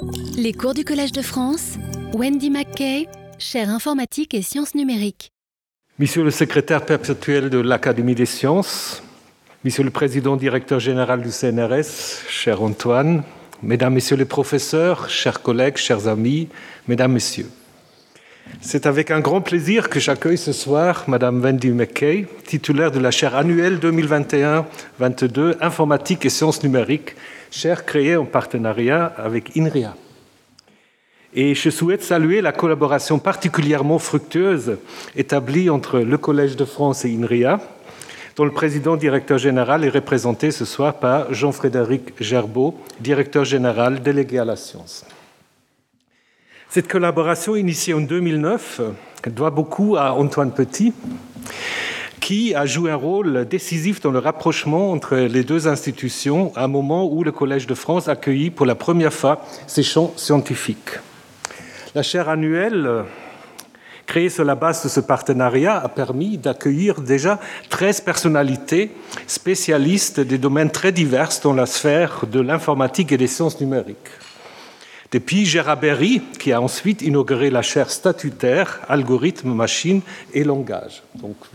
Les cours du Collège de France, Wendy McKay, chaire informatique et sciences numériques. Monsieur le secrétaire perpétuel de l'Académie des sciences, Monsieur le président directeur général du CNRS, cher Antoine, Mesdames, Messieurs les professeurs, chers collègues, chers amis, Mesdames, Messieurs. C'est avec un grand plaisir que j'accueille ce soir Madame Wendy McKay, titulaire de la chaire annuelle 2021-22 Informatique et sciences numériques, chaire créée en partenariat avec INRIA. Et je souhaite saluer la collaboration particulièrement fructueuse établie entre le Collège de France et INRIA, dont le président directeur général est représenté ce soir par Jean-Frédéric Gerbeau, directeur général délégué à la science. Cette collaboration, initiée en 2009, doit beaucoup à Antoine Petit, qui a joué un rôle décisif dans le rapprochement entre les deux institutions à un moment où le Collège de France accueillit pour la première fois ses champs scientifiques. La chaire annuelle, créée sur la base de ce partenariat, a permis d'accueillir déjà 13 personnalités spécialistes des domaines très divers dans la sphère de l'informatique et des sciences numériques. Depuis Gérard Berry, qui a ensuite inauguré la chaire statutaire Algorithmes, machines et langage.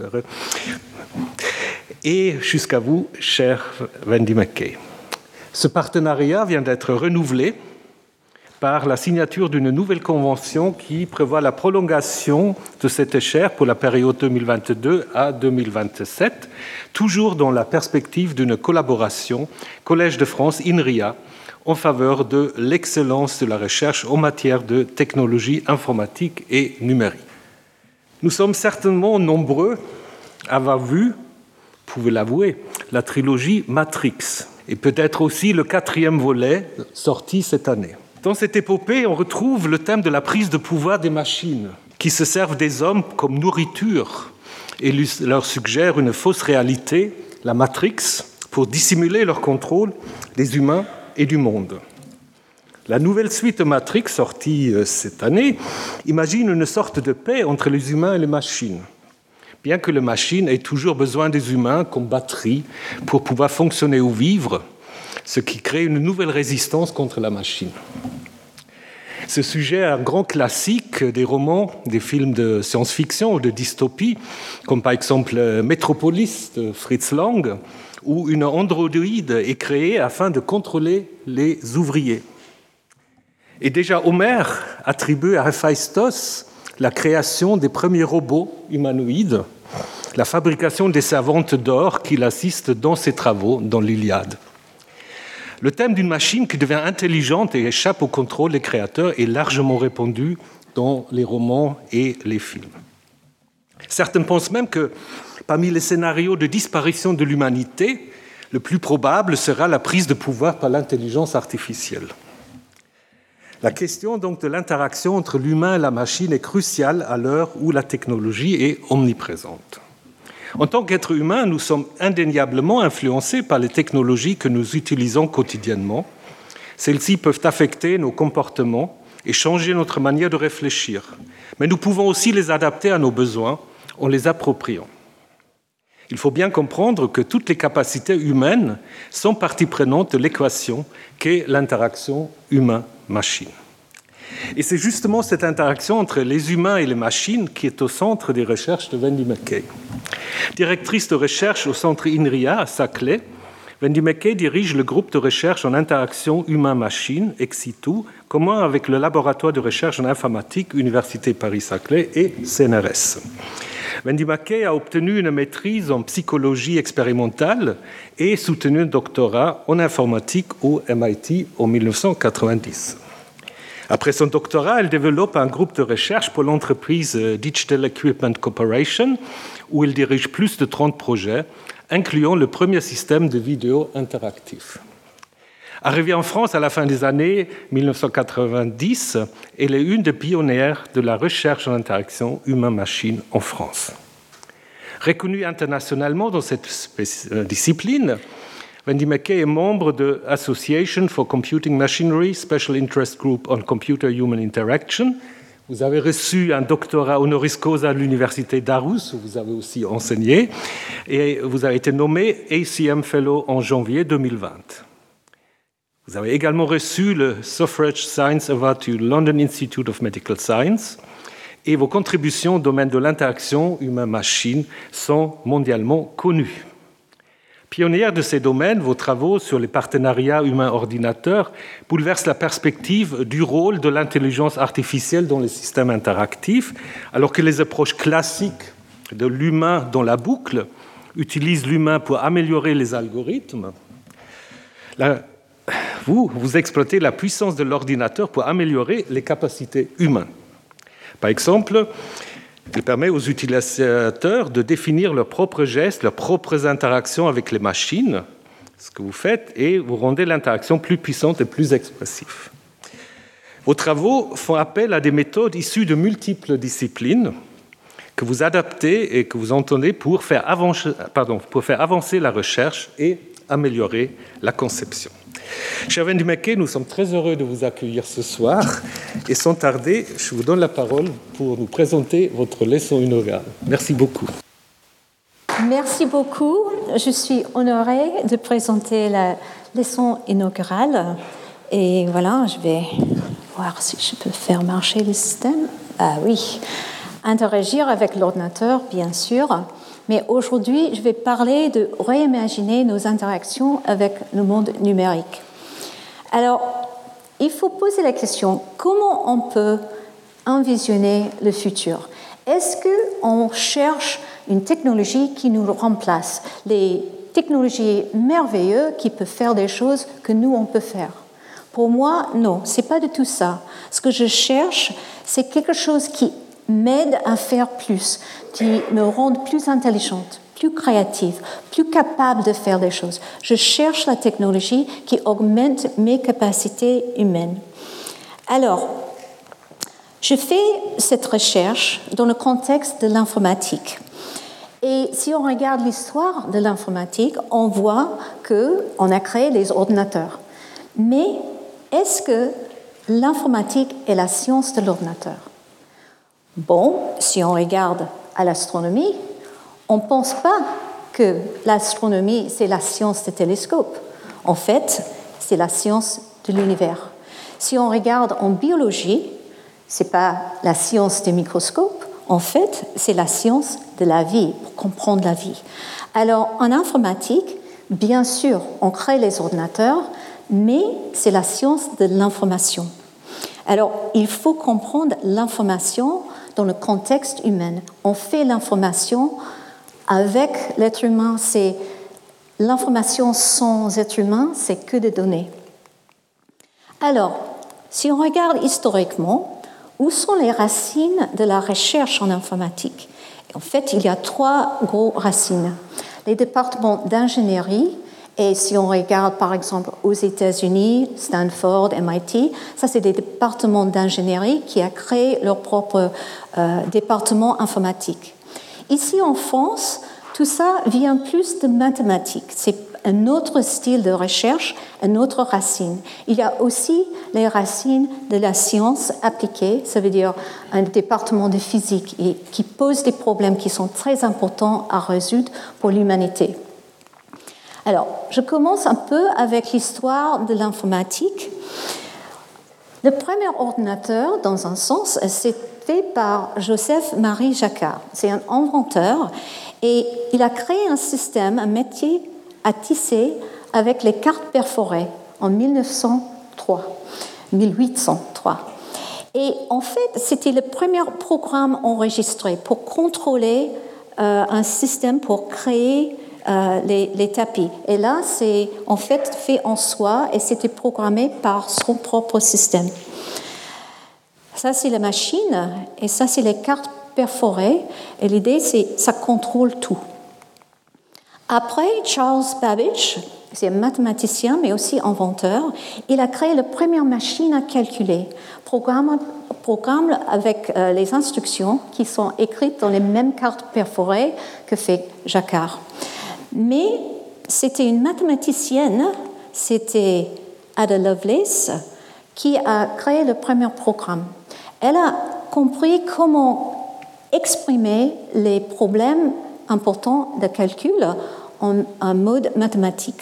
Et jusqu'à vous, chère Wendy McKay. Ce partenariat vient d'être renouvelé par la signature d'une nouvelle convention qui prévoit la prolongation de cette chaire pour la période 2022 à 2027, toujours dans la perspective d'une collaboration Collège de France INRIA en faveur de l'excellence de la recherche en matière de technologie informatique et numérique. Nous sommes certainement nombreux à avoir vu, vous pouvez l'avouer, la trilogie Matrix, et peut-être aussi le 4e volet sorti cette année. Dans cette épopée, on retrouve le thème de la prise de pouvoir des machines, qui se servent des hommes comme nourriture et leur suggèrent une fausse réalité, la Matrix, pour dissimuler leur contrôle des humains et du monde. La nouvelle suite de Matrix, sortie cette année, imagine une sorte de paix entre les humains et les machines, bien que les machines aient toujours besoin des humains comme batterie pour pouvoir fonctionner ou vivre, ce qui crée une nouvelle résistance contre la machine. Ce sujet est un grand classique des romans, des films de science-fiction ou de dystopie, comme par exemple Metropolis de Fritz Lang, où une androïde est créée afin de contrôler les ouvriers. Et déjà Homère attribue à Héphaïstos la création des premiers robots humanoïdes, la fabrication des servantes d'or qui l'assistent dans ses travaux dans l'Iliade. Le thème d'une machine qui devient intelligente et échappe au contrôle des créateurs est largement répandu dans les romans et les films. Certains pensent même que parmi les scénarios de disparition de l'humanité, le plus probable sera la prise de pouvoir par l'intelligence artificielle. La question donc de l'interaction entre l'humain et la machine est cruciale à l'heure où la technologie est omniprésente. En tant qu'êtres humains, nous sommes indéniablement influencés par les technologies que nous utilisons quotidiennement. Celles-ci peuvent affecter nos comportements et changer notre manière de réfléchir. Mais nous pouvons aussi les adapter à nos besoins en les appropriant. Il faut bien comprendre que toutes les capacités humaines sont partie prenante de l'équation qu'est l'interaction humain-machine. Et c'est justement cette interaction entre les humains et les machines qui est au centre des recherches de Wendy McKay. Directrice de recherche au centre INRIA à Saclay, Wendy McKay dirige le groupe de recherche en interaction humain-machine, Exitu, commun avec le laboratoire de recherche en informatique, Université Paris-Saclay et CNRS. Wendy McKay a obtenu une maîtrise en psychologie expérimentale et soutenu un doctorat en informatique au MIT en 1990. Après son doctorat, elle développe un groupe de recherche pour l'entreprise Digital Equipment Corporation, où elle dirige plus de 30 projets, incluant le premier système de vidéo interactif. Arrivée en France à la fin des années 1990, elle est une des pionnières de la recherche en interaction humain-machine en France. Reconnue internationalement dans cette discipline, Wendy McKay est membre de Association for Computing Machinery, Special Interest Group on Computer-Human Interaction. Vous avez reçu un doctorat honoris causa à l'université d'Aarhus, où vous avez aussi enseigné, et vous avez été nommé ACM Fellow en janvier 2020. Vous avez également reçu le Suffrage Science Award du London Institute of Medical Science et vos contributions au domaine de l'interaction humain-machine sont mondialement connues. Pionnière de ces domaines, vos travaux sur les partenariats humain-ordinateur bouleversent la perspective du rôle de l'intelligence artificielle dans les systèmes interactifs, alors que les approches classiques de l'humain dans la boucle utilisent l'humain pour améliorer les algorithmes. Vous exploitez la puissance de l'ordinateur pour améliorer les capacités humaines. Par exemple, il permet aux utilisateurs de définir leurs propres gestes, leurs propres interactions avec les machines, ce que vous faites, et vous rendez l'interaction plus puissante et plus expressive. Vos travaux font appel à des méthodes issues de multiples disciplines que vous adaptez et que vous entendez pour faire avancer la recherche et améliorer la conception. Cher Wendy Mackay, nous sommes très heureux de vous accueillir ce soir et sans tarder, je vous donne la parole pour nous présenter votre leçon inaugurale. Merci beaucoup. Merci beaucoup. Je suis honorée de présenter la leçon inaugurale. Et voilà, je vais voir si je peux faire marcher le système. Ah oui, interagir avec l'ordinateur, bien sûr. Mais aujourd'hui, je vais parler de réimaginer nos interactions avec le monde numérique. Alors, il faut poser la question, comment on peut envisionner le futur? Est-ce qu'on cherche une technologie qui nous remplace? Les technologies merveilleuses qui peuvent faire des choses que nous, on peut faire? Pour moi, non, ce n'est pas du tout ça. Ce que je cherche, c'est quelque chose qui m'aide à faire plus, qui me rend plus intelligente, plus créative, plus capable de faire des choses. Je cherche la technologie qui augmente mes capacités humaines. Alors, je fais cette recherche dans le contexte de l'informatique. Et si on regarde l'histoire de l'informatique, on voit qu'on a créé les ordinateurs. Mais est-ce que l'informatique est la science de l'ordinateur? Bon, si on regarde à l'astronomie, on ne pense pas que l'astronomie, c'est la science des télescopes. En fait, c'est la science de l'univers. Si on regarde en biologie, ce n'est pas la science des microscopes. En fait, c'est la science de la vie, pour comprendre la vie. Alors, en informatique, bien sûr, on crée les ordinateurs, mais c'est la science de l'information. Alors, il faut comprendre l'information dans le contexte humain. On fait l'information avec l'être humain. C'est l'information sans être humain, c'est que des données. Alors, si on regarde historiquement, où sont les racines de la recherche en informatique? En fait, il y a 3 gros racines. Les départements d'ingénierie, et si on regarde par exemple aux États-Unis, Stanford, MIT, ça c'est des départements d'ingénierie qui ont créé leur propre département informatique. Ici en France, tout ça vient plus de mathématiques. C'est un autre style de recherche, une autre racine. Il y a aussi les racines de la science appliquée, ça veut dire un département de physique et qui pose des problèmes qui sont très importants à résoudre pour l'humanité. Alors, je commence un peu avec l'histoire de l'informatique. Le premier ordinateur, dans un sens, c'est fait par Joseph-Marie Jacquard. C'est un inventeur et il a créé un système, un métier à tisser avec les cartes perforées en 1803. Et en fait, c'était le premier programme enregistré pour contrôler un système pour créer les tapis. Et là, c'est en fait fait en soi et c'était programmé par son propre système. Ça, c'est la machine et ça, c'est les cartes perforées. Et l'idée, c'est que ça contrôle tout. Après, Charles Babbage, c'est un mathématicien, mais aussi inventeur, il a créé la première machine à calculer, programme avec les instructions qui sont écrites dans les mêmes cartes perforées que fait Jacquard. Mais c'était une mathématicienne, c'était Ada Lovelace, qui a créé le premier programme. Elle a compris comment exprimer les problèmes importants de calcul en mode mathématique.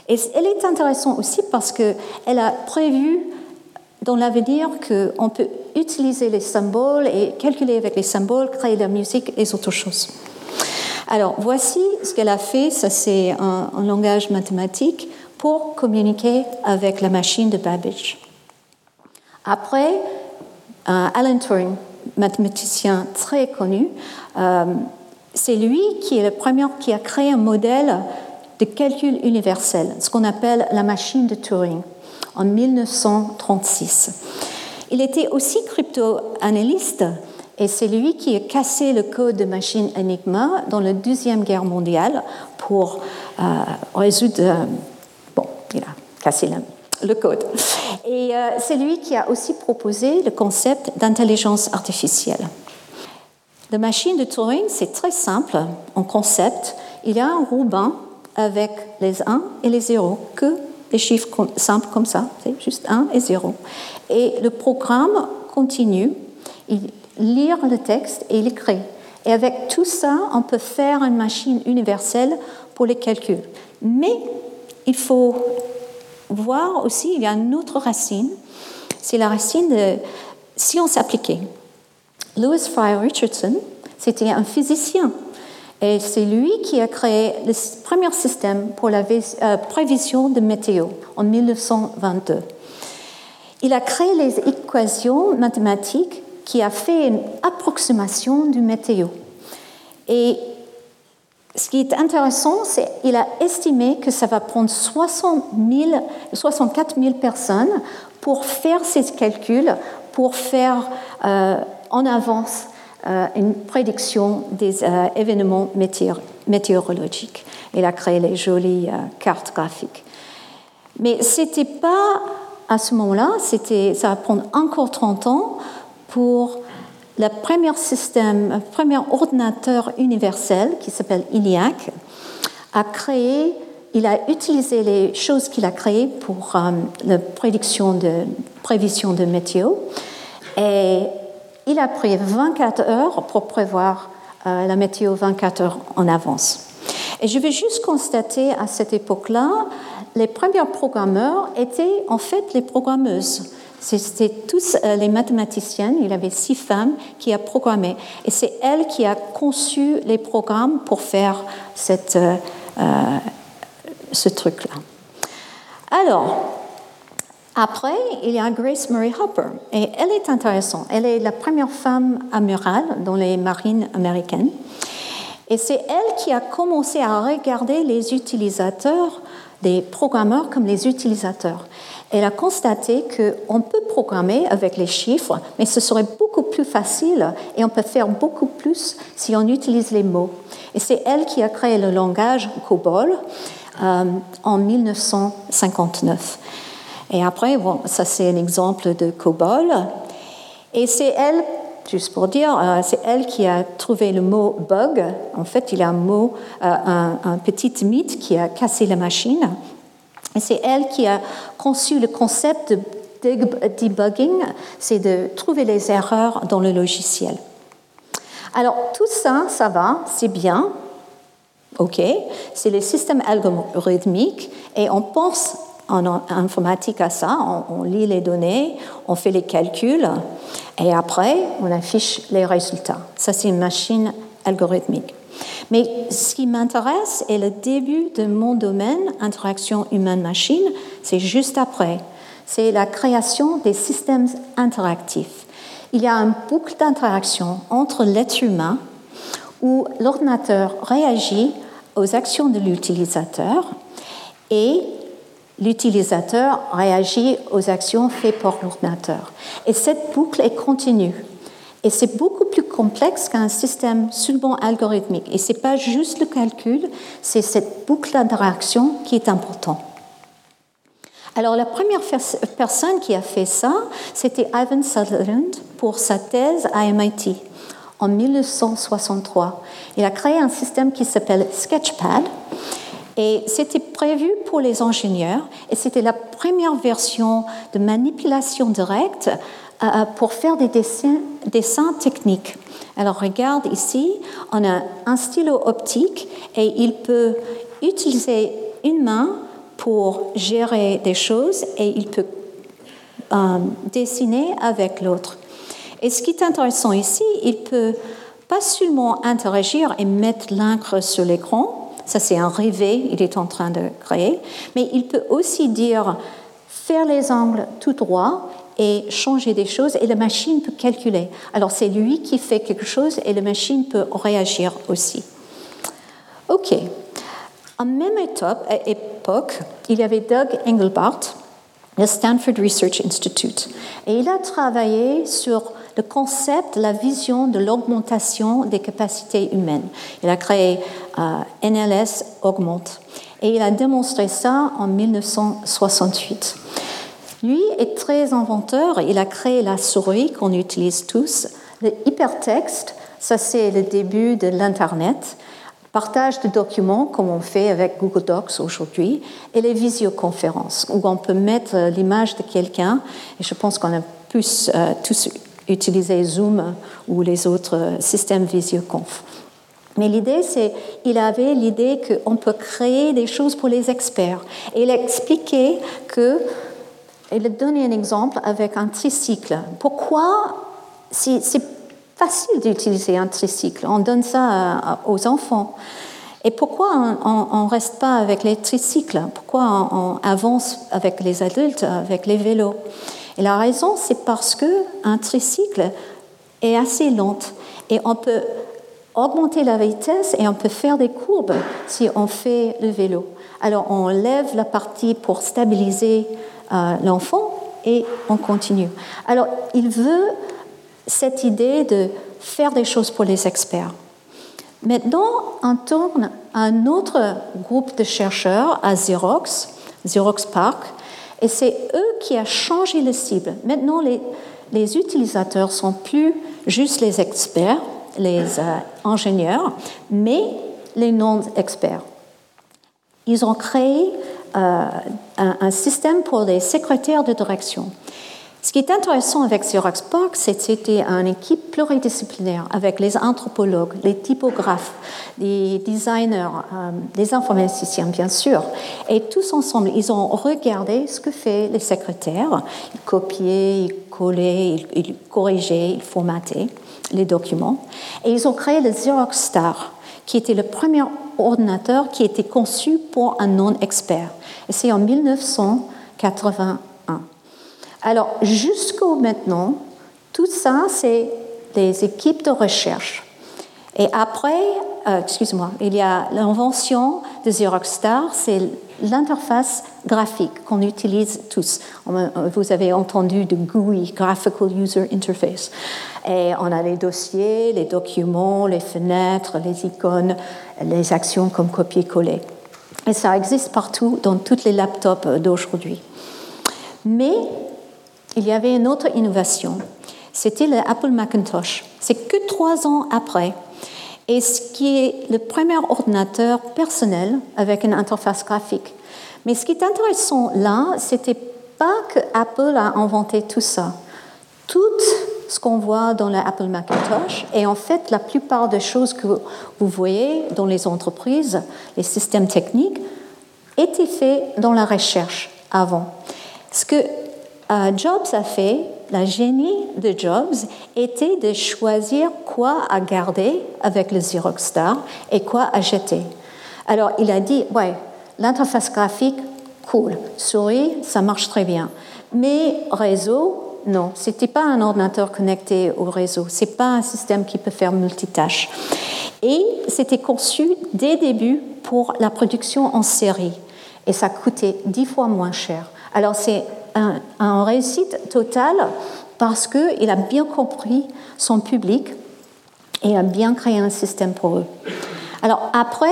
Et elle est intéressante aussi parce qu'elle a prévu dans l'avenir qu'on peut utiliser les symboles et calculer avec les symboles, créer de la musique et autres choses. Alors, voici ce qu'elle a fait. Ça, c'est un langage mathématique pour communiquer avec la machine de Babbage. Après, Alan Turing, mathématicien très connu, c'est lui qui est le premier qui a créé un modèle de calcul universel, ce qu'on appelle la machine de Turing, en 1936. Il était aussi crypto-analyste et c'est lui qui a cassé le code de machine Enigma dans la Deuxième Guerre mondiale pour résoudre... il a cassé le code. Et c'est lui qui a aussi proposé le concept d'intelligence artificielle. La machine de Turing, c'est très simple en concept. Il y a un ruban avec les 1 et les 0, que des chiffres simples comme ça, c'est juste 1 et 0. Et le programme continue, il lit le texte et il écrit. Et avec tout ça, on peut faire une machine universelle pour les calculs. Mais il faut voir aussi, il y a une autre racine, c'est la racine de science appliquée. Lewis Fry Richardson, c'était un physicien. Et c'est lui qui a créé le premier système pour la prévision de météo en 1922. Il a créé les équations mathématiques qui a fait une approximation du météo. Et ce qui est intéressant, c'est qu'il a estimé que ça va prendre 64 000 personnes pour faire ces calculs, pour faire en avance une prédiction des événements météorologiques. Il a créé les jolies cartes graphiques. Mais ce n'était pas à ce moment-là, ça va prendre encore 30 ans pour le premier ordinateur universel qui s'appelle ENIAC il a utilisé les choses qu'il a créées pour la prévision de météo et il a pris 24 heures pour prévoir la météo 24 heures en avance. Et je vais juste constater à cette époque-là, les premiers programmeurs étaient en fait les programmeuses. C'était tous les mathématiciennes, il y avait 6 femmes qui ont programmé. Et c'est elle qui a conçu les programmes pour faire ce truc-là. Alors, après, il y a Grace Murray Hopper. Et elle est intéressante. Elle est la première femme amirale dans les marines américaines. Et c'est elle qui a commencé à regarder les utilisateurs, des programmeurs comme les utilisateurs. Elle a constaté qu'on peut programmer avec les chiffres, mais ce serait beaucoup plus facile et on peut faire beaucoup plus si on utilise les mots. Et c'est elle qui a créé le langage COBOL en 1959. Et après, ça c'est un exemple de COBOL. Et c'est elle, juste pour dire, c'est elle qui a trouvé le mot bug. En fait, il y a un petit mythe qui a cassé la machine. Et c'est elle qui a conçu le concept de debugging, c'est de trouver les erreurs dans le logiciel. Alors, tout ça, ça va, c'est bien. OK, c'est les systèmes algorithmiques et on pense en informatique à ça, on lit les données, on fait les calculs et après on affiche les résultats. Ça, c'est une machine algorithmique. Mais ce qui m'intéresse est le début de mon domaine, interaction humaine-machine, c'est juste après. C'est la création des systèmes interactifs. Il y a une boucle d'interaction entre l'être humain où l'ordinateur réagit aux actions de l'utilisateur et l'utilisateur réagit aux actions faites par l'ordinateur. Et cette boucle est continue. Et c'est beaucoup plus complexe qu'un système seulement algorithmique. Et ce n'est pas juste le calcul, c'est cette boucle d'interaction qui est importante. Alors, la première personne qui a fait ça, c'était Ivan Sutherland pour sa thèse à MIT en 1963. Il a créé un système qui s'appelle Sketchpad. Et c'était prévu pour les ingénieurs. Et c'était la première version de manipulation directe pour faire des dessins techniques. Alors, regarde ici, on a un stylo optique et il peut utiliser une main pour gérer des choses et il peut dessiner avec l'autre. Et ce qui est intéressant ici, il peut pas seulement interagir et mettre l'encre sur l'écran, ça c'est un rêvé, il est en train de créer, mais il peut aussi dire faire les angles tout droit et changer des choses et la machine peut calculer. Alors c'est lui qui fait quelque chose et la machine peut réagir aussi. Ok. En même époque, il y avait Doug Engelbart de Stanford Research Institute et il a travaillé sur le concept, la vision de l'augmentation des capacités humaines. Il a créé NLS Augmente et il a démontré ça en 1968. Lui est très inventeur, il a créé la souris qu'on utilise tous. Le hypertexte, ça c'est le début de l'Internet. Partage de documents, comme on fait avec Google Docs aujourd'hui, et les visioconférences, où on peut mettre l'image de quelqu'un, et je pense qu'on a tous utilisé Zoom ou les autres systèmes visioconf. Mais l'idée, c'est qu'il avait l'idée qu'on peut créer des choses pour les experts. Et il a expliqué il a donné un exemple avec un tricycle. Pourquoi c'est facile d'utiliser un tricycle? On donne ça aux enfants. Et pourquoi on ne reste pas avec les tricycles? Pourquoi on avance avec les adultes, avec les vélos? Et la raison, c'est parce qu'un tricycle est assez lent et on peut augmenter la vitesse et on peut faire des courbes si on fait le vélo. Alors on lève la partie pour stabiliser l'enfant et on continue. Alors il veut cette idée de faire des choses pour les experts. Maintenant, on tourne à un autre groupe de chercheurs à Xerox PARC, et c'est eux qui ont changé la cible. Maintenant, les utilisateurs ne sont plus juste les experts, les ingénieurs, mais les non-experts. Ils ont créé un système pour les secrétaires de direction. Ce qui est intéressant avec Xerox PARC, c'est que c'était une équipe pluridisciplinaire avec les anthropologues, les typographes, les designers, les informaticiens, bien sûr. Et tous ensemble, ils ont regardé ce que font les secrétaires. Ils copiaient, ils collaient, ils corrigeaient, ils formataient les documents. Et ils ont créé le Xerox Star, qui était le premier ordinateur qui était conçu pour un non-expert. Et c'est en 1981. Alors, jusqu'au maintenant, tout ça, c'est des équipes de recherche. Et après, il y a l'invention de Xerox Star, c'est l'interface graphique qu'on utilise tous. Vous avez entendu de GUI, Graphical User Interface. Et on a les dossiers, les documents, les fenêtres, les icônes, les actions comme copier-coller. Et ça existe partout dans tous les laptops d'aujourd'hui. Mais il y avait une autre innovation. C'était l'Apple Macintosh. C'est que 3 ans après. Et ce qui est le premier ordinateur personnel avec une interface graphique. Mais ce qui est intéressant là, c'était pas que Apple a inventé tout ça. Tout ce qu'on voit dans l'Apple Macintosh, et en fait la plupart des choses que vous voyez dans les entreprises, les systèmes techniques, étaient faits dans la recherche avant. Ce que Jobs a fait, la génie de Jobs, était de choisir quoi à garder avec le Xerox Star et quoi à jeter. Alors il a dit, ouais, l'interface graphique, cool, souris, ça marche très bien. Mais réseau, non, ce n'était pas un ordinateur connecté au réseau, ce n'est pas un système qui peut faire multitâche. Et c'était conçu dès le début pour la production en série. Et ça coûtait 10 fois moins cher. Alors c'est un réussite totale parce qu'il a bien compris son public et a bien créé un système pour eux. Alors après,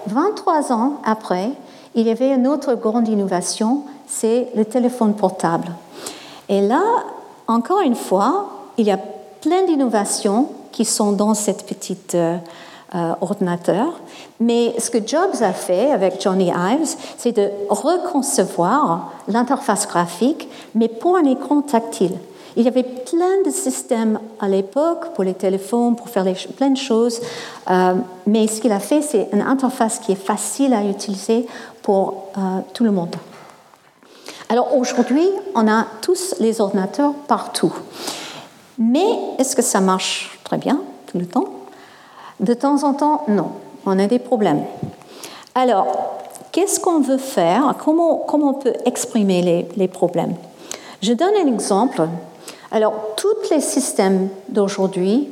23 ans après, il y avait une autre grande innovation, c'est le téléphone portable. Et là, encore une fois, il y a plein d'innovations qui sont dans cette petite ordinateur. Mais ce que Jobs a fait avec Johnny Ives, c'est de reconcevoir l'interface graphique, mais pour un écran tactile. Il y avait plein de systèmes à l'époque pour les téléphones, pour faire plein de choses, mais ce qu'il a fait, c'est une interface qui est facile à utiliser pour tout le monde. Alors aujourd'hui, on a tous les ordinateurs partout. Mais est-ce que ça marche très bien tout le temps? De temps en temps, non. On a des problèmes. Alors, qu'est-ce qu'on veut faire? Comment on peut exprimer les problèmes? Je donne un exemple. Alors, tous les systèmes d'aujourd'hui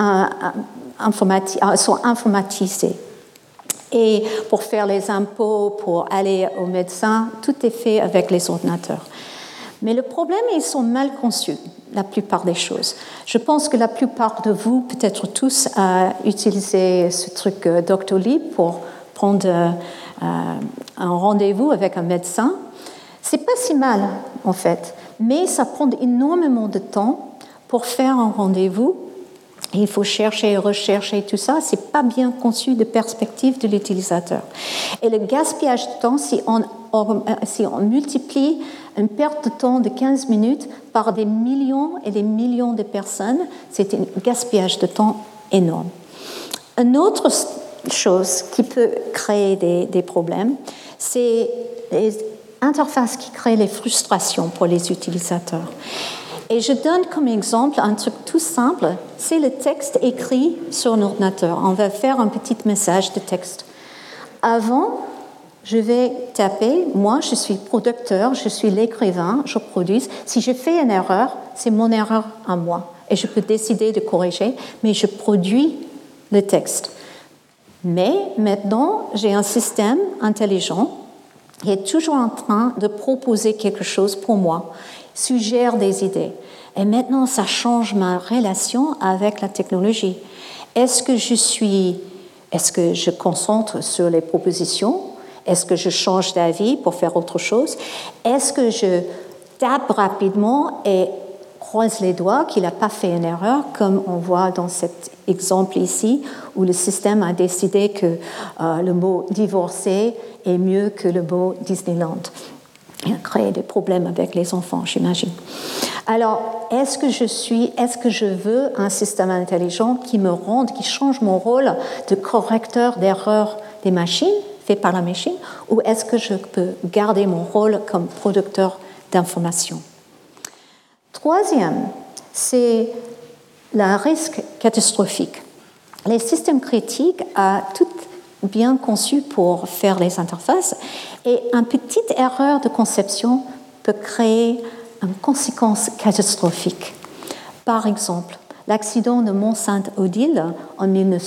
sont informatisés. Et pour faire les impôts, pour aller au médecin, tout est fait avec les ordinateurs. Mais le problème, ils sont mal conçus, la plupart des choses. Je pense que la plupart de vous, peut-être tous, utilisez ce truc Doctolib pour prendre un rendez-vous avec un médecin. C'est pas si mal, en fait, mais ça prend énormément de temps pour faire un rendez-vous. Il faut chercher, rechercher, tout ça. C'est pas bien conçu de perspective de l'utilisateur. Et le gaspillage de temps, si on multiplie une perte de temps de 15 minutes par des millions et des millions de personnes, c'est un gaspillage de temps énorme. Une autre chose qui peut créer des problèmes, c'est les interfaces qui créent les frustrations pour les utilisateurs. Et je donne comme exemple un truc tout simple, c'est le texte écrit sur un ordinateur. On va faire un petit message de texte. Avant, je vais taper, moi je suis producteur, je suis l'écrivain, je produis. Si je fais une erreur, c'est mon erreur à moi. Et je peux décider de corriger, mais je produis le texte. Mais maintenant, j'ai un système intelligent qui est toujours en train de proposer quelque chose pour moi, suggère des idées. Et maintenant, ça change ma relation avec la technologie. Est-ce que je concentre sur les propositions? Est-ce que je change d'avis pour faire autre chose? Est-ce que je tape rapidement et croise les doigts qu'il n'a pas fait une erreur, comme on voit dans cet exemple ici, où le système a décidé que le mot « divorcer » est mieux que le mot « Disneyland ». Il a créé des problèmes avec les enfants, j'imagine. Alors, est-ce que je veux un système intelligent qui change mon rôle de correcteur d'erreurs des machines, fait par la machine, ou est-ce que je peux garder mon rôle comme producteur d'informations? Troisième, c'est le risque catastrophique. Les systèmes critiques ont tout bien conçu pour faire les interfaces et une petite erreur de conception peut créer une conséquence catastrophique. Par exemple, l'accident de Mont-Saint-Odile en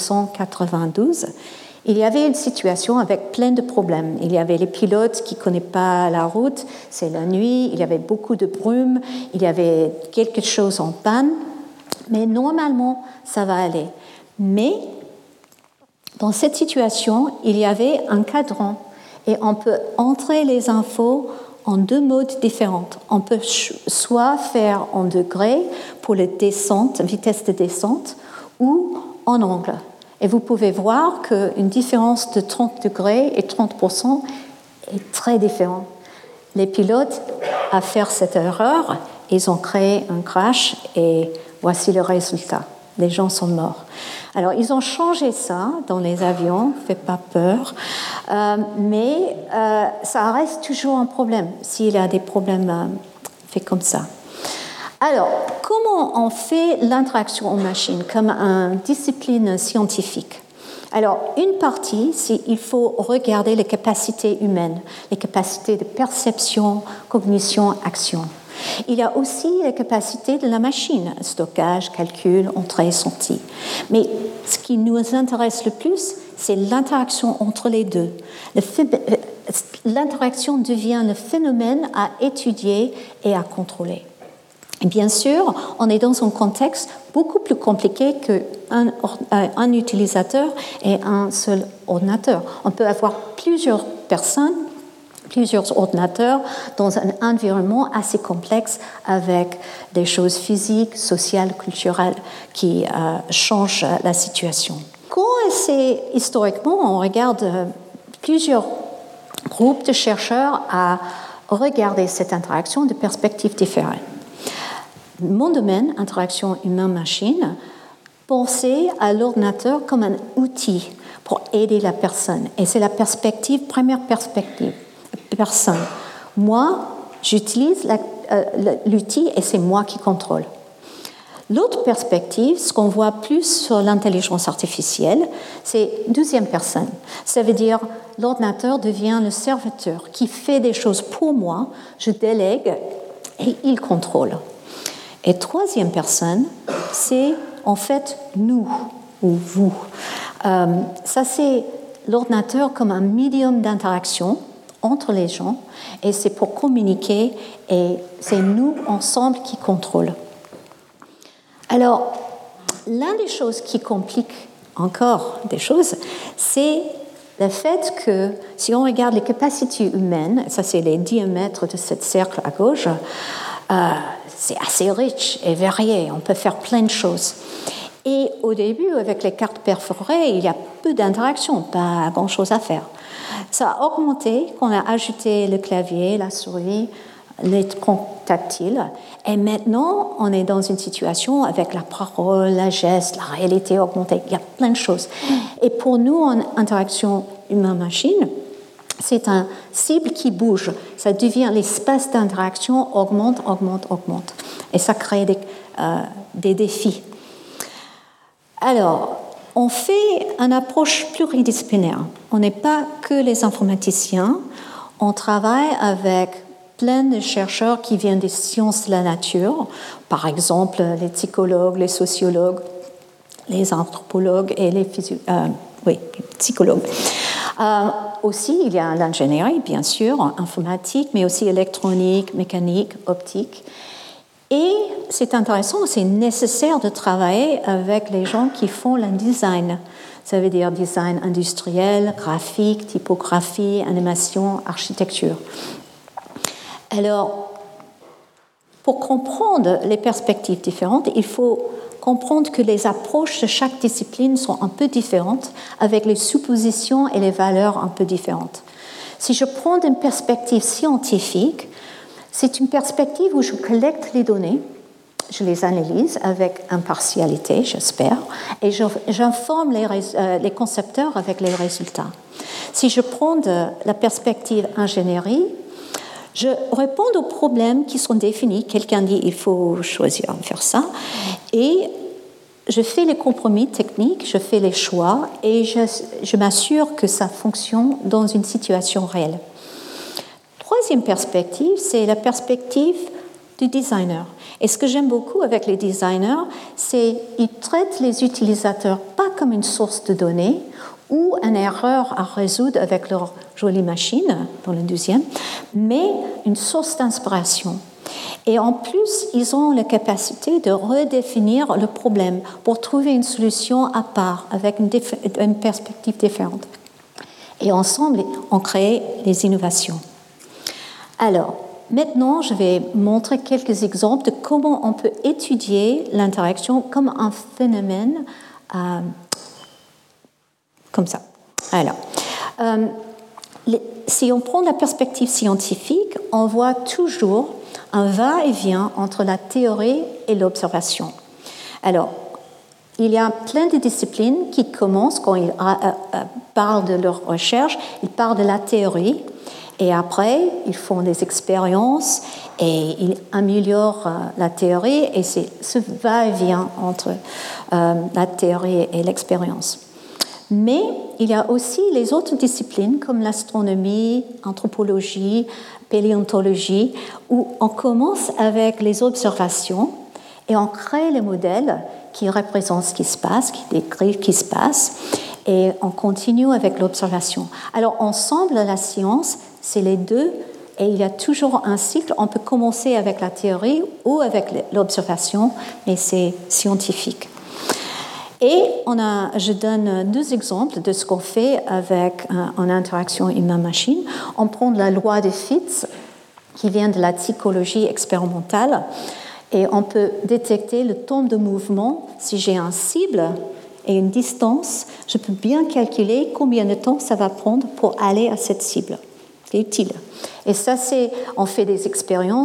1992, il y avait une situation avec plein de problèmes. Il y avait les pilotes qui ne connaissaient pas la route, c'est la nuit, il y avait beaucoup de brume, il y avait quelque chose en panne, mais normalement, ça va aller. Mais dans cette situation, il y avait un cadran et on peut entrer les infos en deux modes différents. On peut soit faire en degrés pour la descente, vitesse de descente, ou en angle. Et vous pouvez voir qu'une différence de 30 degrés et 30% est très différente. Les pilotes, à faire cette erreur, ils ont créé un crash et voici le résultat. Les gens sont morts. Alors, ils ont changé ça dans les avions, fait pas peur, mais ça reste toujours un problème s'il y a des problèmes faits comme ça. Alors, comment on fait l'interaction en machine comme une discipline scientifique? Alors, une partie, c'est qu'il faut regarder les capacités humaines, les capacités de perception, cognition, action. Il y a aussi les capacités de la machine, stockage, calcul, entrée, sortie. Mais ce qui nous intéresse le plus, c'est l'interaction entre les deux. L'interaction devient le phénomène à étudier et à contrôler. Et bien sûr, on est dans un contexte beaucoup plus compliqué qu'un utilisateur et un seul ordinateur. On peut avoir plusieurs personnes, plusieurs ordinateurs dans un environnement assez complexe avec des choses physiques, sociales, culturelles qui changent la situation. Quand c'est historiquement, on regarde plusieurs groupes de chercheurs à regarder cette interaction de perspectives différentes. mon domaine, interaction humain-machine, pensez à l'ordinateur comme un outil pour aider la personne. Et c'est la première perspective, personne. Moi, j'utilise l'outil et c'est moi qui contrôle. L'autre perspective, ce qu'on voit plus sur l'intelligence artificielle, c'est deuxième personne. Ça veut dire l'ordinateur devient le serviteur qui fait des choses pour moi, je délègue et il contrôle. Et troisième personne, c'est en fait nous ou vous. Ça, c'est l'ordinateur comme un médium d'interaction entre les gens et c'est pour communiquer et c'est nous ensemble qui contrôlons. Alors, l'une des choses qui complique encore des choses, c'est le fait que si on regarde les capacités humaines, ça c'est les diamètres de ce cercle à gauche, c'est assez riche et varié, on peut faire plein de choses. Et au début, avec les cartes perforées, il y a peu d'interactions, pas grand-chose à faire. Ça a augmenté quand on a ajouté le clavier, la souris, l'écran tactile. Et maintenant, on est dans une situation avec la parole, la geste, la réalité augmentée. Il y a plein de choses. Et pour nous, en interaction humain-machine, c'est un cible qui bouge. Ça devient l'espace d'interaction augmente. Et ça crée des défis. Alors, on fait une approche pluridisciplinaire. On n'est pas que les informaticiens. On travaille avec plein de chercheurs qui viennent des sciences de la nature, par exemple les psychologues, les sociologues, les anthropologues et les psychologues. Aussi, il y a l'ingénierie, bien sûr, informatique, mais aussi électronique, mécanique, optique. Et c'est intéressant, c'est nécessaire de travailler avec les gens qui font le design. Ça veut dire design industriel, graphique, typographie, animation, architecture. Alors, pour comprendre les perspectives différentes, il faut comprendre que les approches de chaque discipline sont un peu différentes, avec les suppositions et les valeurs un peu différentes. Si je prends une perspective scientifique, c'est une perspective où je collecte les données, je les analyse avec impartialité, j'espère, et j'informe les concepteurs avec les résultats. Si je prends la perspective ingénierie, je réponds aux problèmes qui sont définis. Quelqu'un dit il faut choisir, faire ça. Et je fais les compromis techniques, je fais les choix et je m'assure que ça fonctionne dans une situation réelle. Troisième perspective, c'est la perspective du designer. Et ce que j'aime beaucoup avec les designers, c'est qu'ils traitent les utilisateurs pas comme une source de données ou une erreur à résoudre avec leur jolie machine, dans le deuxième, mais une source d'inspiration. Et en plus, ils ont la capacité de redéfinir le problème pour trouver une solution à part, avec une perspective différente. Et ensemble, on crée les innovations. Alors, maintenant, je vais montrer quelques exemples de comment on peut étudier l'interaction comme un phénomène comme ça. Alors, si on prend la perspective scientifique, on voit toujours un va-et-vient entre la théorie et l'observation. Alors, il y a plein de disciplines qui commencent, quand ils parlent de leur recherche, ils parlent de la théorie, et après, ils font des expériences et ils améliorent la théorie, et c'est ce va-et-vient entre la théorie et l'expérience. Mais il y a aussi les autres disciplines comme l'astronomie, l'anthropologie, paléontologie, où on commence avec les observations et on crée les modèles qui représentent ce qui se passe, qui décrivent ce qui se passe, et on continue avec l'observation. Alors ensemble, la science, c'est les deux, et il y a toujours un cycle. On peut commencer avec la théorie ou avec l'observation, mais c'est scientifique. Et je donne deux exemples de ce qu'on fait avec en interaction humain-machine. On prend la loi de Fitts, qui vient de la psychologie expérimentale, et on peut détecter le temps de mouvement. Si j'ai un cible et une distance, je peux bien calculer combien de temps ça va prendre pour aller à cette cible. C'est utile. Et ça, on fait des expériences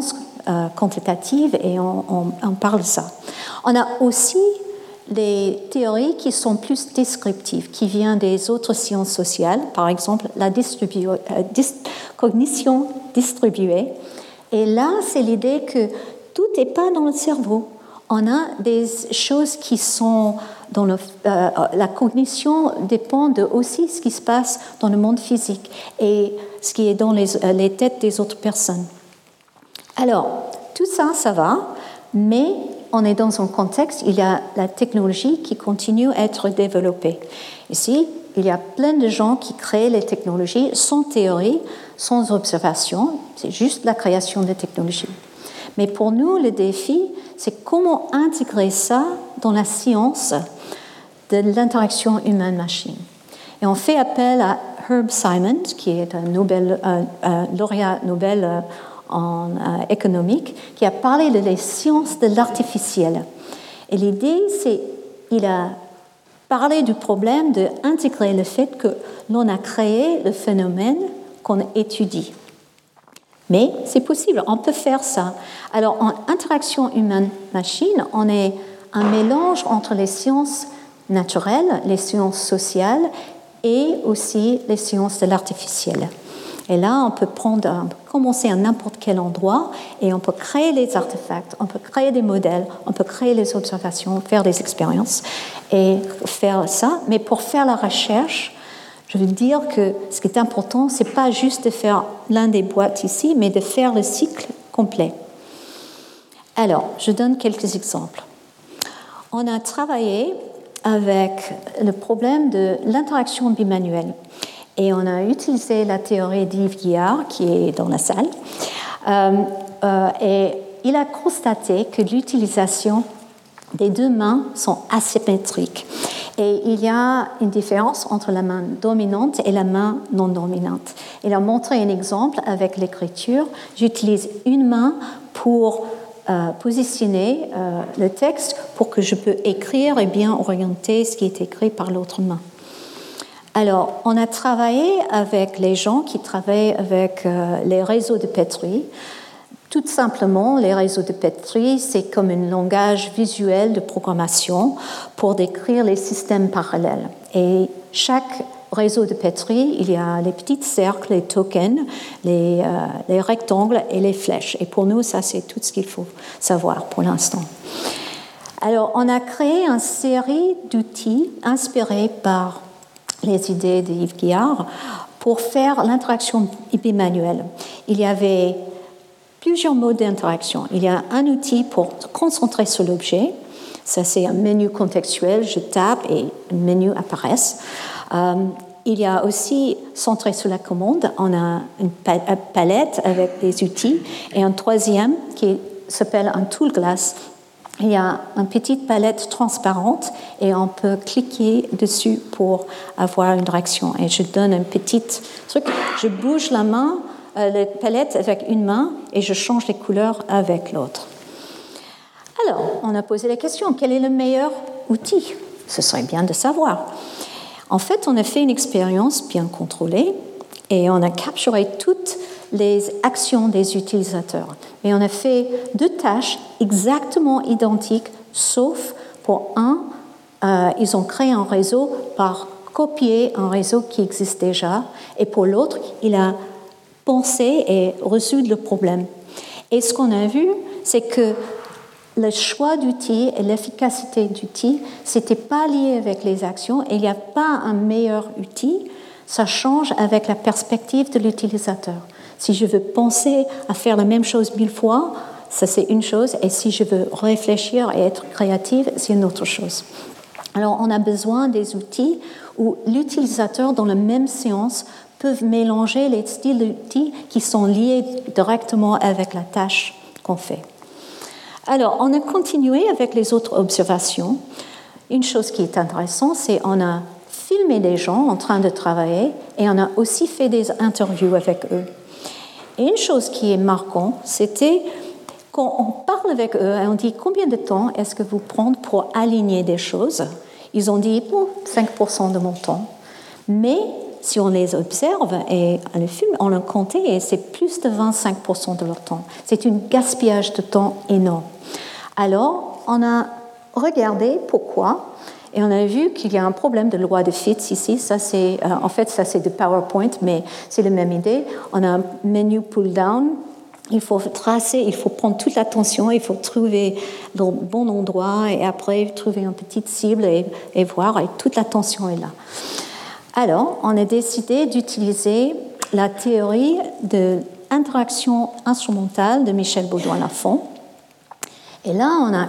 quantitative et on parle de ça. On a aussi les théories qui sont plus descriptives, qui viennent des autres sciences sociales, par exemple la cognition distribuée. Et là, c'est l'idée que tout n'est pas dans le cerveau. On a des choses qui sont dans la cognition dépend aussi de ce qui se passe dans le monde physique et ce qui est dans les têtes des autres personnes. Alors, tout ça, ça va, mais on est dans un contexte, il y a la technologie qui continue à être développée. Ici, il y a plein de gens qui créent les technologies sans théorie, sans observation, c'est juste la création des technologies. Mais pour nous, le défi, c'est comment intégrer ça dans la science de l'interaction humaine-machine. Et on fait appel à Herb Simon, qui est un lauréat Nobel en économique, qui a parlé de les sciences de l'artificiel. Et l'idée, c'est qu'il a parlé du problème d'intégrer le fait que l'on a créé le phénomène qu'on étudie. Mais c'est possible, on peut faire ça. Alors, en interaction humaine-machine, on est un mélange entre les sciences naturelles, les sciences sociales et aussi les sciences de l'artificiel. Et là, on peut commencer à n'importe quel endroit et on peut créer les artefacts, on peut créer des modèles, on peut créer les observations, faire des expériences et faire ça. Mais pour faire la recherche, je veux dire que ce qui est important, ce n'est pas juste de faire l'un des boîtes ici, mais de faire le cycle complet. Alors, je donne quelques exemples. On a travaillé avec le problème de l'interaction bimanuelle. Et on a utilisé la théorie d'Yves Guillard, qui est dans la salle. Et il a constaté que l'utilisation des deux mains sont asymétriques. Et il y a une différence entre la main dominante et la main non dominante. Il a montré un exemple avec l'écriture. J'utilise une main pour positionner le texte pour que je peux écrire et bien orienter ce qui est écrit par l'autre main. Alors, on a travaillé avec les gens qui travaillent avec les réseaux de Petri. Tout simplement, les réseaux de Petri, c'est comme un langage visuel de programmation pour décrire les systèmes parallèles. Et chaque réseau de Petri, il y a les petits cercles, les tokens, les rectangles et les flèches. Et pour nous, ça, c'est tout ce qu'il faut savoir pour l'instant. Alors, on a créé une série d'outils inspirés par les idées de Yves Guillard pour faire l'interaction bimanuelle. Il y avait plusieurs modes d'interaction. Il y a un outil pour se concentrer sur l'objet. Ça, c'est un menu contextuel. Je tape et un menu apparaît. Il y a aussi centré sur la commande. On a une palette avec des outils. Et un troisième qui s'appelle un tool glass. Il y a une petite palette transparente et on peut cliquer dessus pour avoir une direction. Et je donne un petit truc. Je bouge la palette avec une main et je change les couleurs avec l'autre. Alors, on a posé la question, quel est le meilleur outil? Ce serait bien de savoir. En fait, on a fait une expérience bien contrôlée et on a capturé toutes les actions des utilisateurs. Et on a fait 2 tâches exactement identiques, sauf pour ils ont créé un réseau par copier un réseau qui existe déjà, et pour l'autre, il a pensé et résoudre le problème. Et ce qu'on a vu, c'est que le choix d'outils et l'efficacité d'outils, ce n'était pas lié avec les actions, et il n'y a pas un meilleur outil, ça change avec la perspective de l'utilisateur. Si je veux penser à faire la même chose 1000 fois, ça c'est une chose, et si je veux réfléchir et être créative, c'est une autre chose. Alors on a besoin des outils où l'utilisateur dans la même séance peuvent mélanger les styles d'outils qui sont liés directement avec la tâche qu'on fait. Alors, on a continué avec les autres observations. Une chose qui est intéressante, c'est qu'on a filmé des gens en train de travailler et on a aussi fait des interviews avec eux. Et une chose qui est marquante, c'était quand on parle avec eux et on dit combien de temps est-ce que vous prenez pour aligner des choses. Ils ont dit 5% de mon temps. Mais si on les observe et on les filme, on l'a compté et c'est plus de 25% de leur temps. C'est un gaspillage de temps énorme. Alors, on a regardé pourquoi et on a vu qu'il y a un problème de loi de Fitts ici. Ça, c'est, en fait, ça c'est de PowerPoint, mais c'est la même idée. On a un menu pull-down. Il faut tracer, il faut prendre toute l'attention, il faut trouver le bon endroit et après trouver une petite cible et voir, et toute l'attention est là. Alors, on a décidé d'utiliser la théorie de l'interaction instrumentale de Michel Baudouin-Lafont. Et là, on a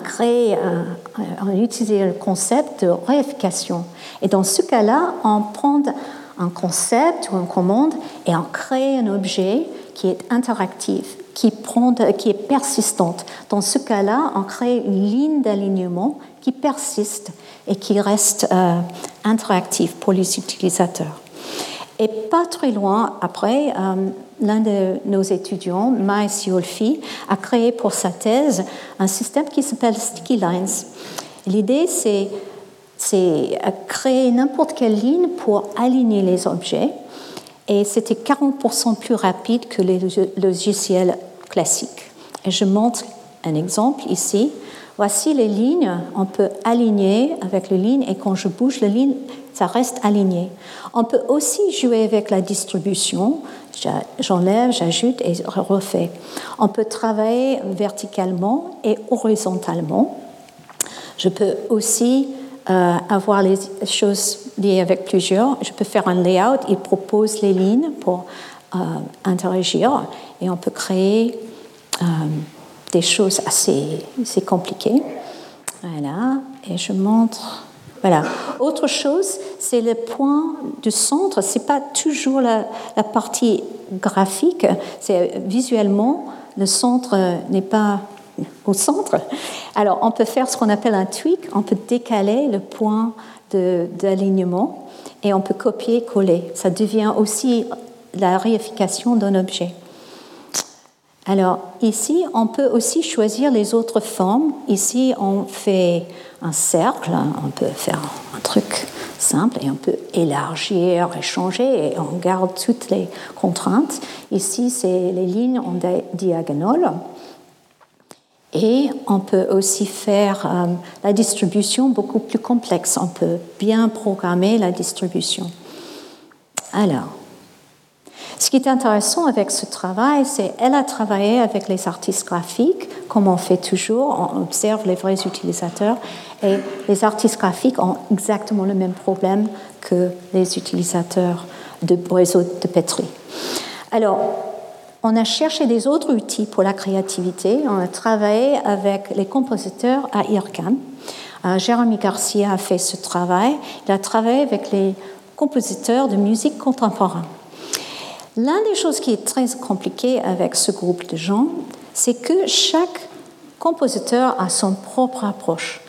utilisé le concept de réification. Et dans ce cas-là, on prend un concept ou une commande et on crée un objet qui est interactif, qui est persistante. Dans ce cas-là, on crée une ligne d'alignement qui persiste et qui reste interactive pour les utilisateurs. Et pas très loin après, l'un de nos étudiants, Mai Siolfi, a créé pour sa thèse un système qui s'appelle Sticky Lines. L'idée, c'est créer n'importe quelle ligne pour aligner les objets. Et c'était 40% plus rapide que les logiciels classiques. Et je montre un exemple ici. Voici les lignes. On peut aligner avec les lignes et quand je bouge la ligne, ça reste aligné. On peut aussi jouer avec la distribution. J'enlève, j'ajoute et je refais. On peut travailler verticalement et horizontalement. Je peux aussi avoir les choses liées avec plusieurs. Je peux faire un layout. Il propose les lignes pour interagir et on peut créer des choses assez compliquées. Voilà. Et je montre. Voilà. Autre chose, c'est le point du centre. C'est pas toujours la partie graphique. C'est visuellement, le centre n'est pas au centre. Alors, on peut faire ce qu'on appelle un tweak. On peut décaler le point d'alignement et on peut copier-coller. Ça devient aussi la réification d'un objet. Alors, ici, on peut aussi choisir les autres formes. Ici, on fait un cercle. On peut faire un truc simple et on peut élargir et changer et on garde toutes les contraintes. Ici, c'est les lignes en diagonale. Et on peut aussi faire la distribution beaucoup plus complexe. On peut bien programmer la distribution. Alors, ce qui est intéressant avec ce travail, c'est qu'elle a travaillé avec les artistes graphiques, comme on fait toujours, on observe les vrais utilisateurs, et les artistes graphiques ont exactement le même problème que les utilisateurs de réseau de Petri. Alors, on a cherché des autres outils pour la créativité. On a travaillé avec les compositeurs à IRCAM. Jérémy Garcia a fait ce travail. Il a travaillé avec les compositeurs de musique contemporaine. L'une des choses qui est très compliquée avec ce groupe de gens, c'est que chaque compositeur a son propre approche.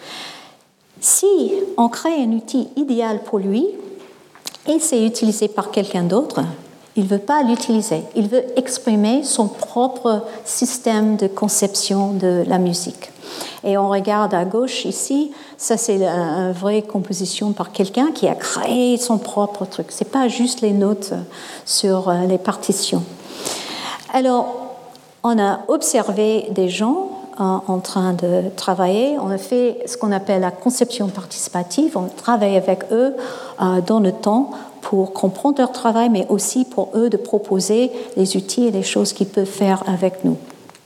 Si on crée un outil idéal pour lui et c'est utilisé par quelqu'un d'autre, il ne veut pas l'utiliser. Il veut exprimer son propre système de conception de la musique. Et on regarde à gauche ici, ça c'est une vraie composition par quelqu'un qui a créé son propre truc. Ce n'est pas juste les notes sur les partitions. Alors, on a observé des gens en train de travailler. On a fait ce qu'on appelle la conception participative. On travaille avec eux dans le temps pour comprendre leur travail, mais aussi pour eux de proposer les outils et les choses qu'ils peuvent faire avec nous.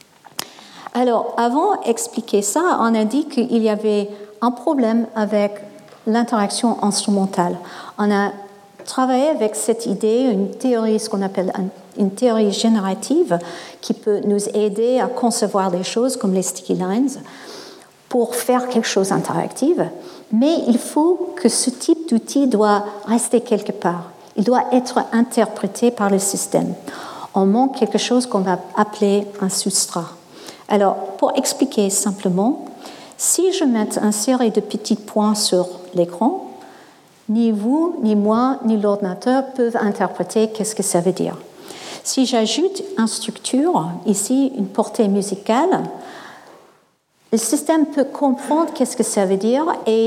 Alors, avant d'expliquer ça, on a dit qu'il y avait un problème avec l'interaction instrumentale. On a travaillé avec cette idée, une théorie, ce qu'on appelle une théorie générative, qui peut nous aider à concevoir des choses comme les sticky lines pour faire quelque chose d'interactif. Mais il faut que ce type d'outil doit rester quelque part. Il doit être interprété par le système. On manque quelque chose qu'on va appeler un substrat. Alors, pour expliquer simplement, si je mets une série de petits points sur l'écran, ni vous, ni moi, ni l'ordinateur peuvent interpréter qu'est-ce que ça veut dire. Si j'ajoute une structure, ici une portée musicale, le système peut comprendre qu'est-ce que ça veut dire et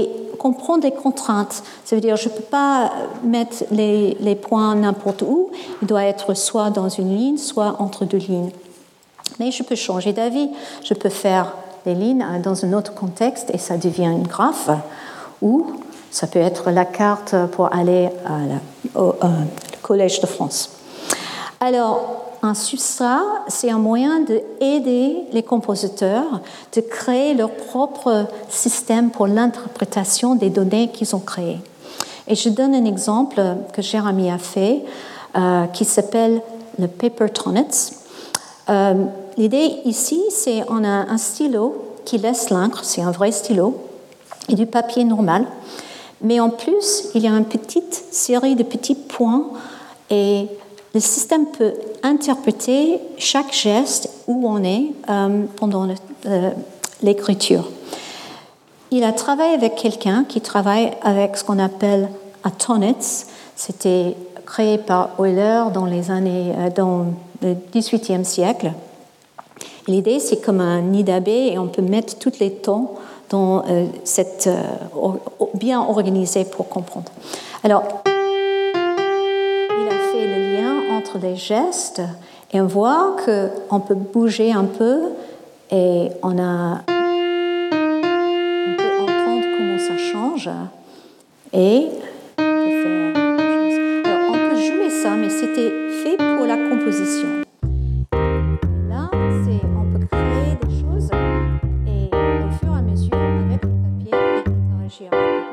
comprendre les contraintes. Ça veut dire je ne peux pas mettre les points n'importe où. Il doit être soit dans une ligne, soit entre deux lignes. Mais je peux changer d'avis. Je peux faire des lignes dans un autre contexte et ça devient une graphe. Ou ça peut être la carte pour aller au Collège de France. Alors, un substrat, c'est un moyen d'aider les compositeurs de créer leur propre système pour l'interprétation des données qu'ils ont créées. Et je donne un exemple que Jérémy a fait, qui s'appelle le Paper Tonnets. L'idée ici, c'est on a un stylo qui laisse l'encre, c'est un vrai stylo, et du papier normal. Mais en plus, il y a une petite série de petits points et le système peut interpréter chaque geste où on est pendant l'écriture. Il a travaillé avec quelqu'un qui travaille avec ce qu'on appelle un tonnets. C'était créé par Euler dans le XVIIIe siècle. L'idée, c'est comme un nid d'abeille et on peut mettre tous les tons dans bien organisé pour comprendre. Alors, il a fait le lien entre les gestes et on voit qu'on peut bouger un peu et on peut entendre comment ça change et on peut faire des choses. Alors, on peut jouer ça, mais c'était fait pour la composition. Et là, on peut créer des choses et au fur et à mesure, avec le papier, on peut interagir avec le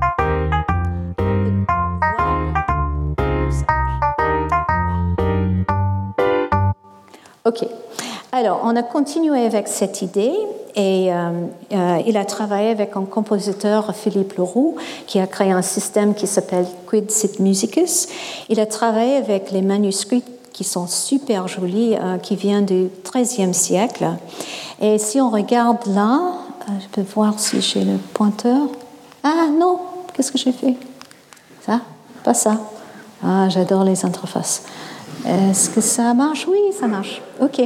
Ok. Alors, on a continué avec cette idée et il a travaillé avec un compositeur, Philippe Leroux, qui a créé un système qui s'appelle Quid Sit Musicus. Il a travaillé avec les manuscrits qui sont super jolis, qui viennent du XIIIe siècle. Et si on regarde là, je peux voir si j'ai le pointeur. Ah non, qu'est-ce que j'ai fait? Ça? Pas ça. Ah, j'adore les interfaces. Est-ce que ça marche? Oui, ça marche. OK.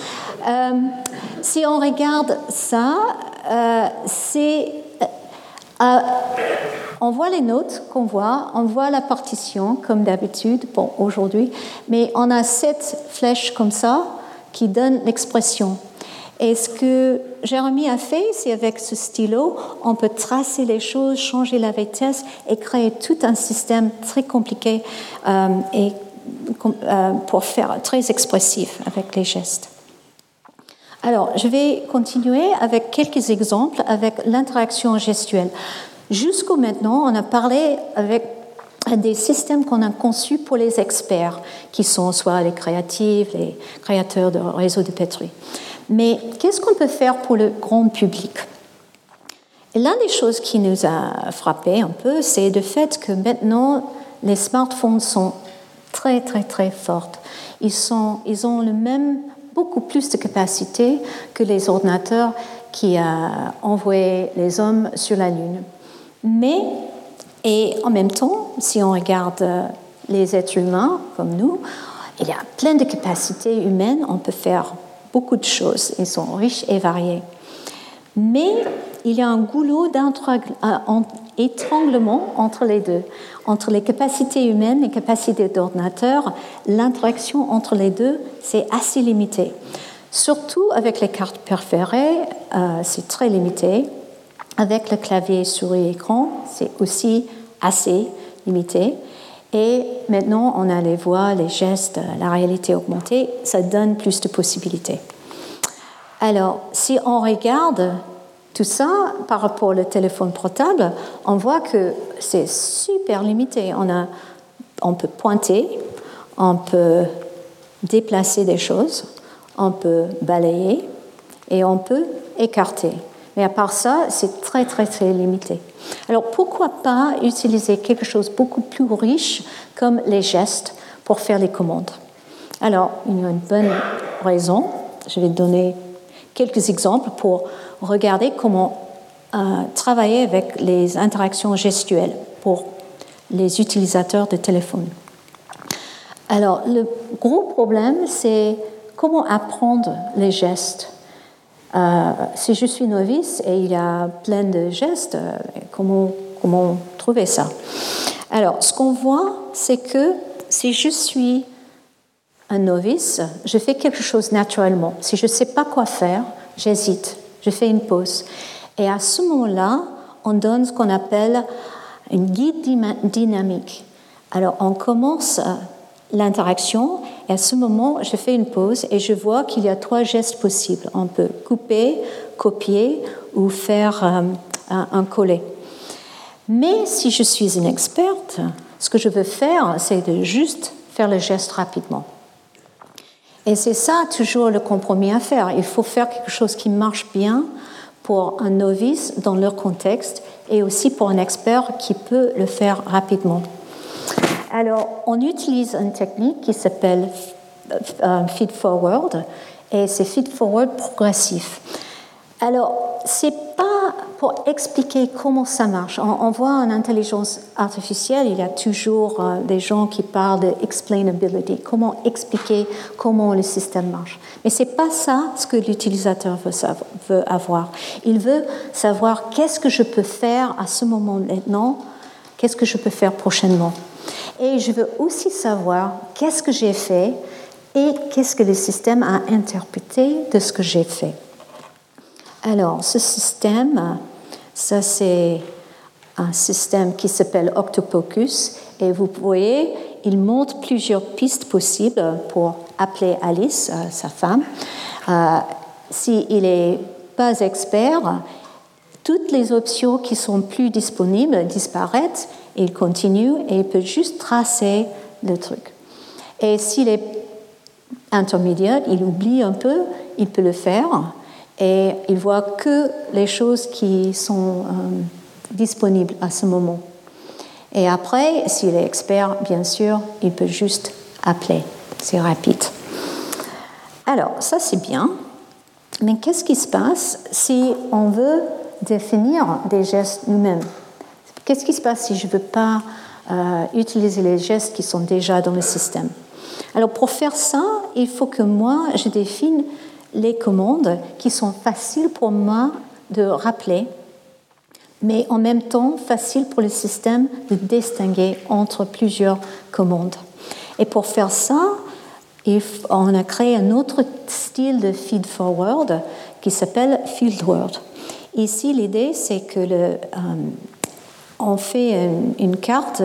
Si on regarde ça, on voit les notes qu'on voit, on voit la partition comme d'habitude, bon, aujourd'hui, mais on a 7 flèches comme ça qui donnent l'expression. Et ce que Jérémy a fait, c'est avec ce stylo, on peut tracer les choses, changer la vitesse et créer tout un système très compliqué pour faire très expressif avec les gestes. Alors, je vais continuer avec quelques exemples avec l'interaction gestuelle. Jusqu'au maintenant, on a parlé avec des systèmes qu'on a conçus pour les experts, qui sont soit les créatifs, les créateurs de réseaux de Petri. Mais qu'est-ce qu'on peut faire pour le grand public? Et l'une des choses qui nous a frappé un peu, c'est le fait que maintenant, les smartphones sont très, très, très fortes. Ils ont le même, beaucoup plus de capacité que les ordinateurs qui ont envoyé les hommes sur la Lune. Mais, et en même temps, si on regarde les êtres humains comme nous, il y a plein de capacités humaines, on peut faire beaucoup de choses, ils sont riches et variés. Mais il y a un goulot d'étranglement entre les deux. Entre les capacités humaines et les capacités d'ordinateur, l'interaction entre les deux, c'est assez limité. Surtout avec les cartes périphériques, c'est très limité. Avec le clavier, souris, écran, c'est aussi assez limité. Et maintenant, on a les voix, les gestes, la réalité augmentée, ça donne plus de possibilités. Alors, si on regarde tout ça par rapport au téléphone portable, on voit que c'est super limité. On peut pointer, on peut déplacer des choses, on peut balayer et on peut écarter. Mais à part ça, c'est très, très, très limité. Alors, pourquoi pas utiliser quelque chose beaucoup plus riche comme les gestes pour faire les commandes? Alors, il y a une bonne raison. Je vais donner quelques exemples pour regarder comment travailler avec les interactions gestuelles pour les utilisateurs de téléphone. Alors, le gros problème, c'est comment apprendre les gestes. Si je suis novice et il y a plein de gestes, comment comment trouver ça. Alors, ce qu'on voit, c'est que si je suis un novice, je fais quelque chose naturellement. Si je ne sais pas quoi faire, j'hésite, je fais une pause. Et à ce moment-là, on donne ce qu'on appelle une guide dynamique. Alors, on commence l'interaction et à ce moment, je fais une pause et je vois qu'il y a 3 gestes possibles. On peut couper, copier ou faire un coller. Mais si je suis une experte, ce que je veux faire, c'est de juste faire le geste rapidement. Et c'est ça toujours le compromis à faire. Il faut faire quelque chose qui marche bien pour un novice dans leur contexte et aussi pour un expert qui peut le faire rapidement. Alors, on utilise une technique qui s'appelle feed-forward et c'est feed-forward progressif. Alors, c'est pas pour expliquer comment ça marche. On voit en intelligence artificielle, il y a toujours des gens qui parlent de explainability, comment expliquer comment le système marche. Mais c'est pas ça ce que l'utilisateur veut avoir. Il veut savoir qu'est-ce que je peux faire à ce moment maintenant, qu'est-ce que je peux faire prochainement. Et je veux aussi savoir qu'est-ce que j'ai fait et qu'est-ce que le système a interprété de ce que j'ai fait. Alors, ce système, ça c'est un système qui s'appelle Octopocus et vous voyez, il montre plusieurs pistes possibles pour appeler Alice, sa femme. S'il n'est pas expert, toutes les options qui sont plus disponibles disparaissent, il continue et il peut juste tracer le truc. Et s'il est intermédiaire, il oublie un peu, il peut le faire. Et il voit que les choses qui sont disponibles à ce moment. Et après, s'il est expert, bien sûr, il peut juste appeler. C'est rapide. Alors, ça c'est bien. Mais qu'est-ce qui se passe si on veut définir des gestes nous-mêmes? Qu'est-ce qui se passe si je ne veux pas utiliser les gestes qui sont déjà dans le système? Alors, pour faire ça, il faut que moi, je définisse les commandes qui sont faciles pour moi de rappeler, mais en même temps faciles pour le système de distinguer entre plusieurs commandes. Et pour faire ça, on a créé un autre style de feed-forward qui s'appelle fieldword. Ici, l'idée, c'est que on fait une carte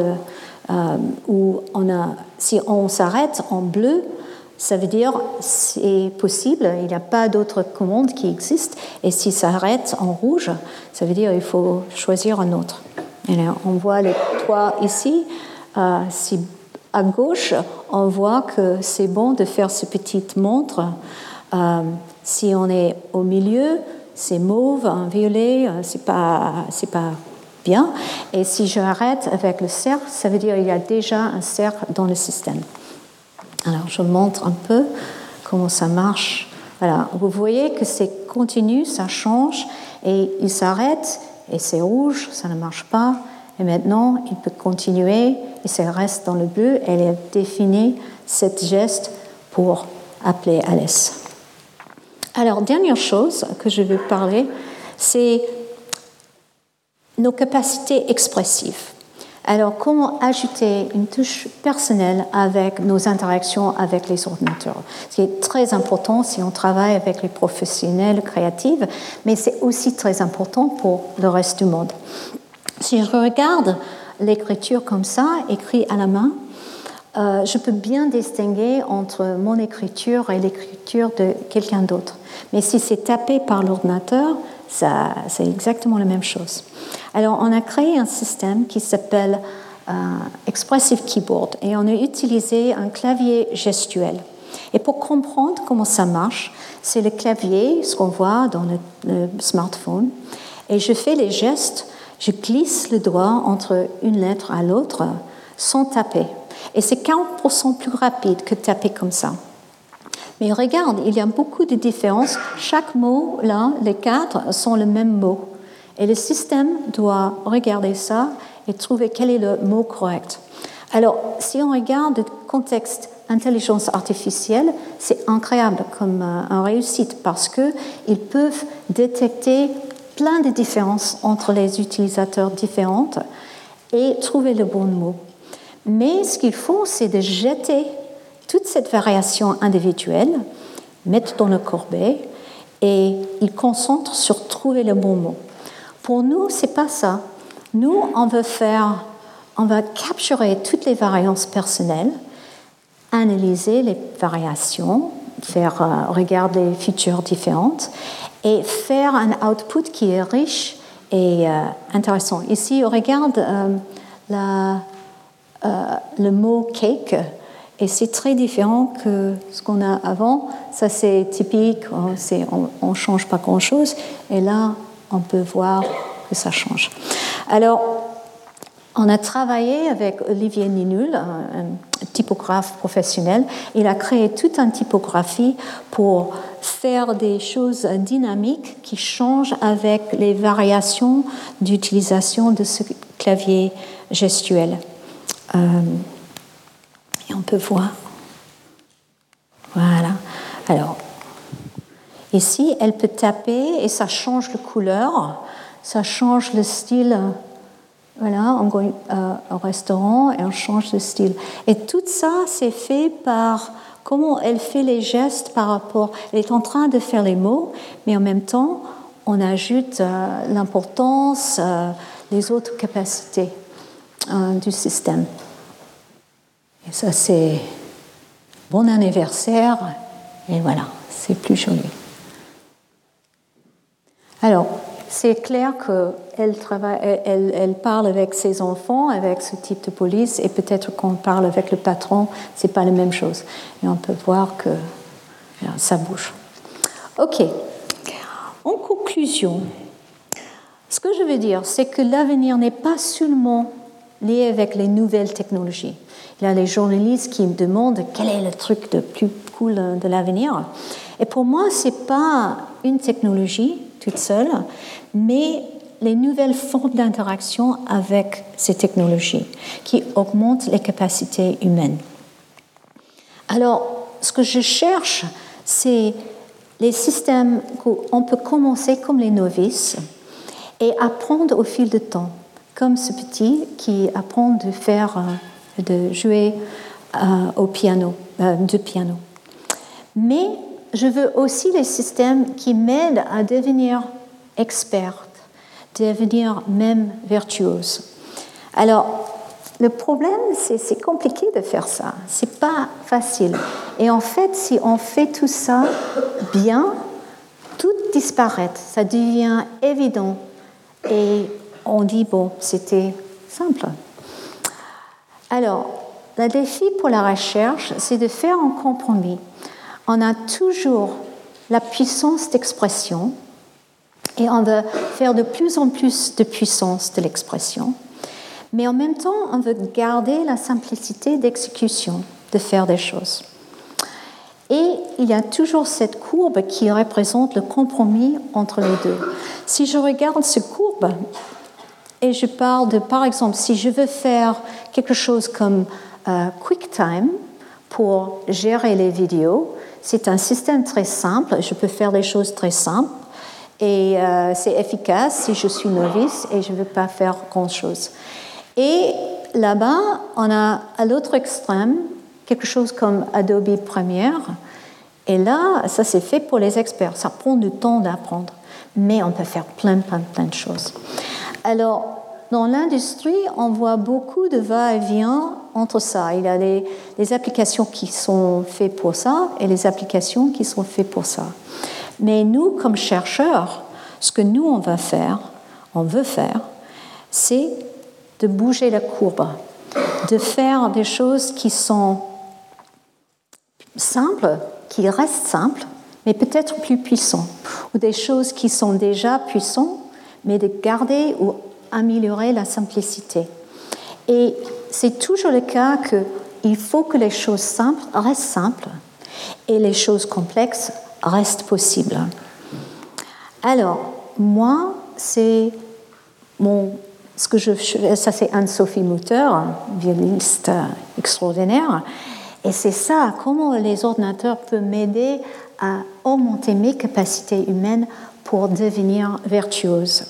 où si on s'arrête en bleu, ça veut dire c'est possible, il n'y a pas d'autre commande qui existe. Et si ça s'arrête en rouge, ça veut dire il faut choisir un autre. Et là, on voit les 3 ici. Si à gauche, on voit que c'est bon de faire cette petite montre. Si on est au milieu, c'est mauve, violet, c'est pas bien. Et si j'arrête avec le cercle, ça veut dire qu'il y a déjà un cercle dans le système. Alors, je montre un peu comment ça marche. Voilà, vous voyez que c'est continu, ça change, et il s'arrête, et c'est rouge, ça ne marche pas. Et maintenant, il peut continuer, et ça reste dans le bleu, et il a défini cet geste pour appeler Alice. Alors, dernière chose que je veux parler, c'est nos capacités expressives. Alors, comment ajouter une touche personnelle avec nos interactions avec les ordinateurs? Ce qui est très important si on travaille avec les professionnels créatifs, mais c'est aussi très important pour le reste du monde. Si je regarde l'écriture comme ça, écrit à la main, je peux bien distinguer entre mon écriture et l'écriture de quelqu'un d'autre. Mais si c'est tapé par l'ordinateur, c'est exactement la même chose. Alors, on a créé un système qui s'appelle Expressive Keyboard et on a utilisé un clavier gestuel. Et pour comprendre comment ça marche, c'est le clavier, ce qu'on voit dans le smartphone, et je fais les gestes, je glisse le doigt entre une lettre à l'autre sans taper. Et c'est 40% plus rapide que taper comme ça. Mais regarde, il y a beaucoup de différences. Chaque mot, là, les 4 sont le même mot. Et le système doit regarder ça et trouver quel est le mot correct. Alors, si on regarde le contexte intelligence artificielle, c'est incroyable comme une réussite parce qu'ils peuvent détecter plein de différences entre les utilisateurs différents et trouver le bon mot. Mais ce qu'il faut, c'est de jeter toute cette variation individuelle, mettre dans le corbeille, et ils concentrent sur trouver le bon mot. Pour nous, c'est pas ça. Nous, on va capturer toutes les variances personnelles, analyser les variations, regarder les features différentes et faire un output qui est riche et intéressant. Ici, on regarde le mot cake et c'est très différent que ce qu'on a avant. Ça, c'est typique, on ne change pas grand-chose et là, on peut voir que ça change. Alors, on a travaillé avec Olivier Ninul, un typographe professionnel. Il a créé toute une typographie pour faire des choses dynamiques qui changent avec les variations d'utilisation de ce clavier gestuel. Et on peut voir. Voilà. Alors, ici, elle peut taper et ça change la couleur, ça change le style. Voilà, on va au restaurant et on change de style. Et tout ça, c'est fait par comment elle fait les gestes par rapport. Elle est en train de faire les mots, mais en même temps, on ajoute l'importance, les autres capacités du système. Et ça, c'est bon anniversaire, et voilà, c'est plus joli. Alors, c'est clair qu'elle parle avec ses enfants, avec ce type de police, et peut-être qu'on parle avec le patron, c'est pas la même chose. Et on peut voir que ça bouge. Ok. En conclusion, ce que je veux dire, c'est que l'avenir n'est pas seulement lié avec les nouvelles technologies. Il y a les journalistes qui me demandent quel est le truc le plus cool de l'avenir. Et pour moi, c'est pas une technologie toute seule, mais les nouvelles formes d'interaction avec ces technologies qui augmentent les capacités humaines. Alors, ce que je cherche, c'est les systèmes qu'on peut commencer comme les novices et apprendre au fil du temps, comme ce petit qui apprend de jouer au piano, du piano. Mais je veux aussi les systèmes qui m'aident à devenir experte, devenir même virtuose. Alors, le problème, c'est compliqué de faire ça. C'est pas facile. Et en fait, si on fait tout ça bien, tout disparaît. Ça devient évident. Et on dit, bon, c'était simple. Alors, le défi pour la recherche, c'est de faire un compromis. On a toujours la puissance d'expression et on veut faire de plus en plus de puissance de l'expression, mais en même temps, on veut garder la simplicité d'exécution, de faire des choses. Et il y a toujours cette courbe qui représente le compromis entre les deux. Si je regarde cette courbe et je parle de, par exemple, si je veux faire quelque chose comme QuickTime pour gérer les vidéos, c'est un système très simple, je peux faire des choses très simples et c'est efficace si je suis novice et je ne veux pas faire grand-chose. Et là-bas, on a à l'autre extrême quelque chose comme Adobe Premiere et là, ça c'est fait pour les experts, ça prend du temps d'apprendre, mais on peut faire plein de choses. Alors, dans l'industrie, on voit beaucoup de va-et-vient entre ça. Il y a les applications qui sont faites pour ça et les applications qui sont faites pour ça. Mais nous, comme chercheurs, ce que nous, on veut faire, c'est de bouger la courbe, de faire des choses qui sont simples, qui restent simples, mais peut-être plus puissantes, ou des choses qui sont déjà puissantes, mais de garder ou améliorer la simplicité. Et c'est toujours le cas qu'il faut que les choses simples restent simples et les choses complexes restent possibles. Alors, moi, ça c'est Anne-Sophie Mutter, violoniste extraordinaire, et c'est ça, comment les ordinateurs peuvent m'aider à augmenter mes capacités humaines pour devenir virtuose.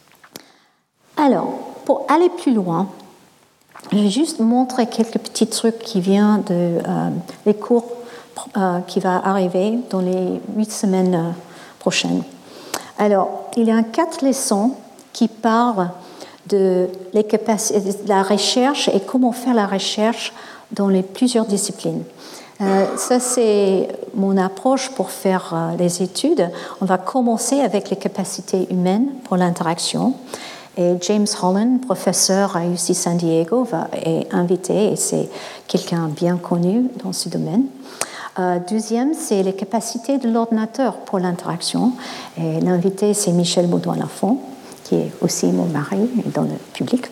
Alors, pour aller plus loin, je vais juste montrer quelques petits trucs qui viennent des cours qui va arriver dans les 8 semaines prochaines. Alors, il y a 4 leçons qui parlent de la recherche et comment faire la recherche dans plusieurs disciplines. Ça, c'est mon approche pour faire les études. On va commencer avec les capacités humaines pour l'interaction. Et James Holland, professeur à UC San Diego, est invité, et c'est quelqu'un bien connu dans ce domaine. Deuxième, c'est les capacités de l'ordinateur pour l'interaction. Et l'invité, c'est Michel Baudouin-Lafont, qui est aussi mon mari dans le public.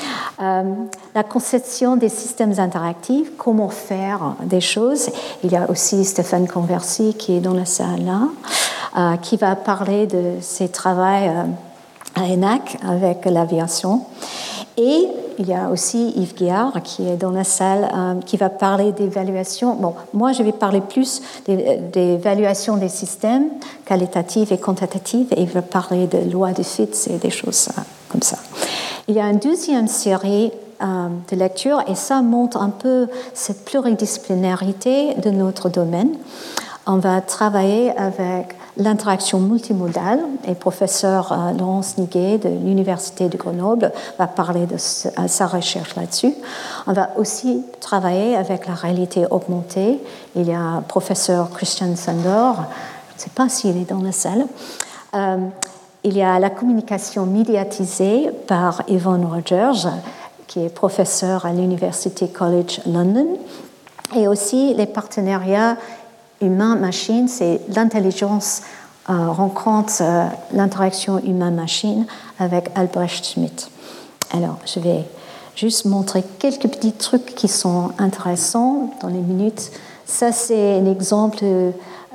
La conception des systèmes interactifs, comment faire des choses. Il y a aussi Stéphane Conversi qui est dans la salle là, qui va parler de ses travaux à ENAC avec l'aviation. Et il y a aussi Yves Guillard qui est dans la salle, qui va parler d'évaluation. Bon, moi, je vais parler plus d'évaluation des systèmes qualitatifs et quantitatifs, et il va parler de loi de Fitts et des choses comme ça. Il y a une deuxième série de lectures, et ça montre un peu cette pluridisciplinarité de notre domaine. On va travailler avec l'interaction multimodale, et le professeur Laurence Niguet de l'Université de Grenoble va parler de sa recherche là-dessus. On va aussi travailler avec la réalité augmentée. Il y a le professeur Christian Sandor, je ne sais pas s'il est dans la salle. Il y a la communication médiatisée par Yvonne Rogers, qui est professeur à l'University College London, et aussi les partenariats humain-machine, c'est l'intelligence rencontre l'interaction humain-machine avec Albrecht Schmidt. Alors, je vais juste montrer quelques petits trucs qui sont intéressants dans les minutes. Ça, c'est un exemple de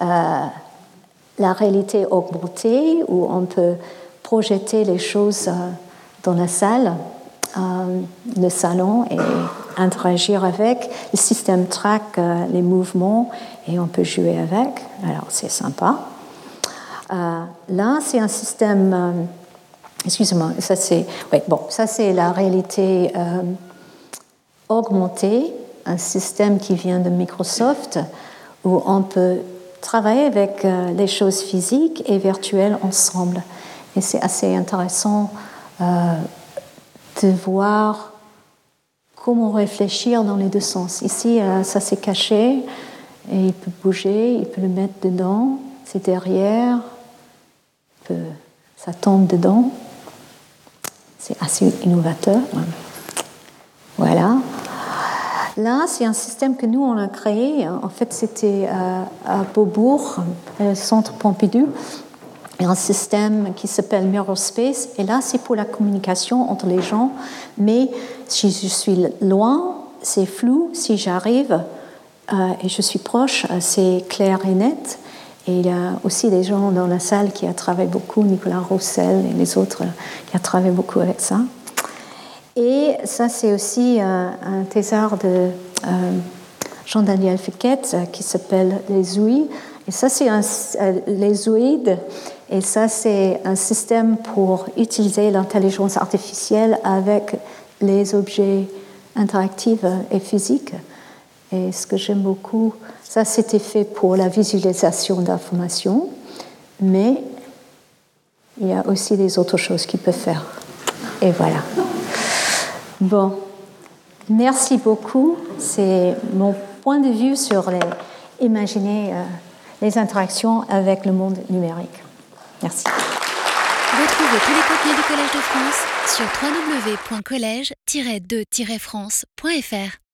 la réalité augmentée, où on peut projeter les choses dans la salle, le salon, et interagir avec. Le système traque les mouvements et on peut jouer avec. Alors, c'est sympa. Là, c'est un système... excusez-moi, ça c'est la réalité augmentée, un système qui vient de Microsoft, où on peut travailler avec les choses physiques et virtuelles ensemble. Et c'est assez intéressant de voir comment réfléchir dans les deux sens. Ici, ça c'est caché, et il peut bouger, il peut le mettre dedans, c'est derrière, ça tombe dedans. C'est assez innovateur. Voilà. Là, c'est un système que nous, on a créé. En fait, c'était à Beaubourg, le centre Pompidou, un système qui s'appelle MirrorSpace. Et là, c'est pour la communication entre les gens. Mais si je suis loin, c'est flou. Si j'arrive et je suis proche, c'est clair et net. Et il y a aussi des gens dans la salle qui ont travaillé beaucoup, Nicolas Roussel et les autres qui ont travaillé beaucoup avec ça. Et ça, c'est aussi un thésard de Jean-Daniel Fouquet qui s'appelle les Zooids. Et ça, c'est les Zooids. Et ça, c'est un système pour utiliser l'intelligence artificielle avec les objets interactifs et physiques. Et ce que j'aime beaucoup, ça, c'était fait pour la visualisation d'informations, mais il y a aussi des autres choses qu'il peut faire. Et voilà. Bon, merci beaucoup. C'est mon point de vue sur imaginer les interactions avec le monde numérique. Merci. Retrouvez tous les contenus du Collège de France sur www.collège-2-france.fr.